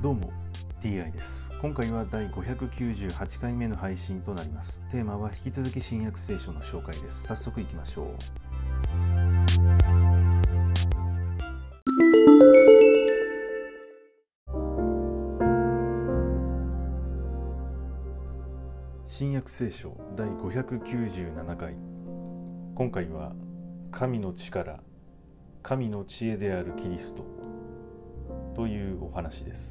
どうも TI です。今回は第598回目の配信となります。テーマは引き続き新約聖書の紹介です。早速いきましょう。新約聖書第597回。今回は神の力、神の知恵であるキリストというお話です。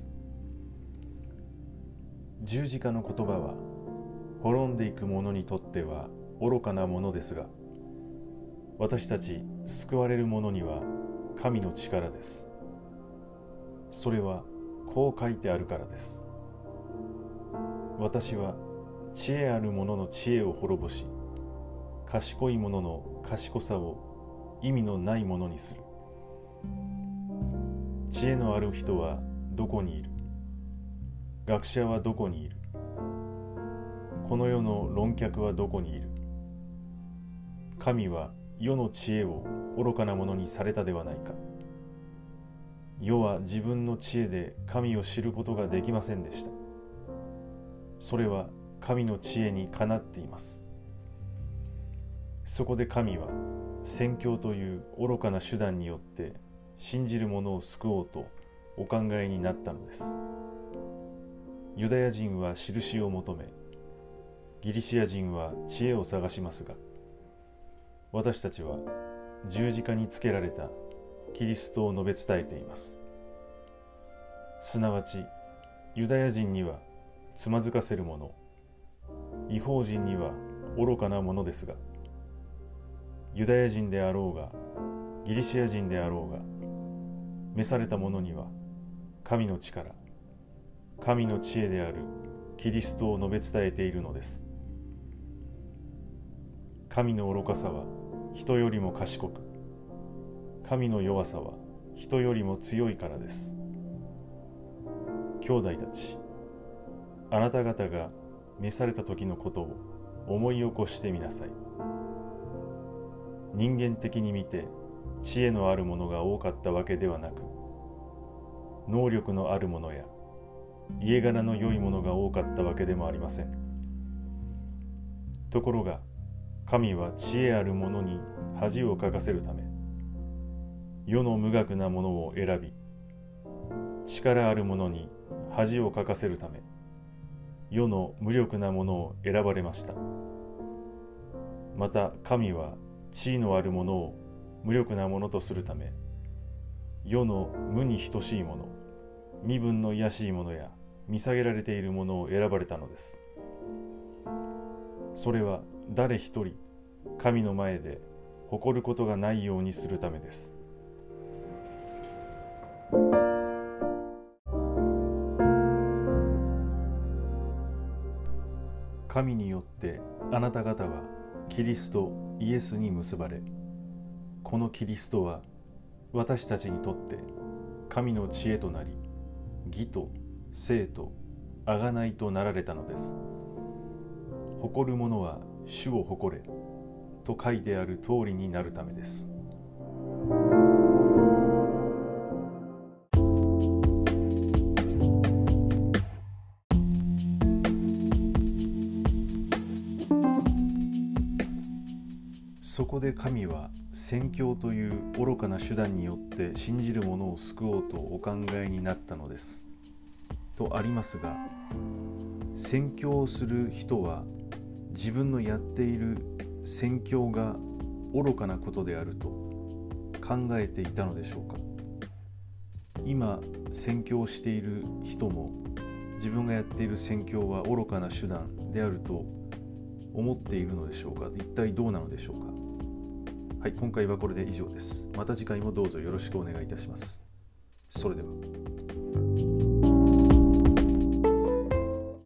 十字架の言葉は滅んでいく者にとっては愚かなものですが、私たち救われる者には神の力です。それはこう書いてあるからです。私は知恵ある者の知恵を滅ぼし、賢い者の賢さを意味のないものにする。知恵のある人はどこにいる？学者はどこにいる？この世の論客はどこにいる？神は世の知恵を愚かなものにされたではないか。世は自分の知恵で神を知ることができませんでした。それは神の知恵にかなっています。そこで神は宣教という愚かな手段によって信じる者を救おうとお考えになったのです。ユダヤ人は印を求め、ギリシア人は知恵を探しますが、私たちは十字架につけられたキリストを述べ伝えています。すなわち、ユダヤ人にはつまずかせるもの、異邦人には愚かなものですが、ユダヤ人であろうが、ギリシア人であろうが、召された者には神の力、神の知恵であるキリストを述べ伝えているのです。神の愚かさは人よりも賢く、神の弱さは人よりも強いからです。兄弟たち、あなた方が召された時のことを思い起こしてみなさい。人間的に見て知恵のあるものが多かったわけではなく、能力のあるものや家柄の良いものが多かったわけでもありません。ところが神は知恵あるものに恥をかかせるため、世の無学なものを選び、力あるものに恥をかかせるため、世の無力なものを選ばれました。また神は地位のあるものを無力なものとするため、世の無に等しいもの、身分の卑しいものや見下げられているものを選ばれたのです。それは誰一人神の前で誇ることがないようにするためです。神によってあなた方はキリストイエスに結ばれ、このキリストは私たちにとって神の知恵となり、義と聖と贖いとなられたのです。誇る者は主を誇れと書いてある通りになるためです。そこで神は宣教という愚かな手段によって信じる者を救おうとお考えになったのです。とありますが、宣教をする人は自分のやっている宣教が愚かなことであると考えていたのでしょうか。今宣教をしている人も自分がやっている宣教は愚かな手段であると思っているのでしょうか。一体どうなのでしょうか。はい、今回はこれで以上です。また次回もどうぞよろしくお願いいたします。それでは。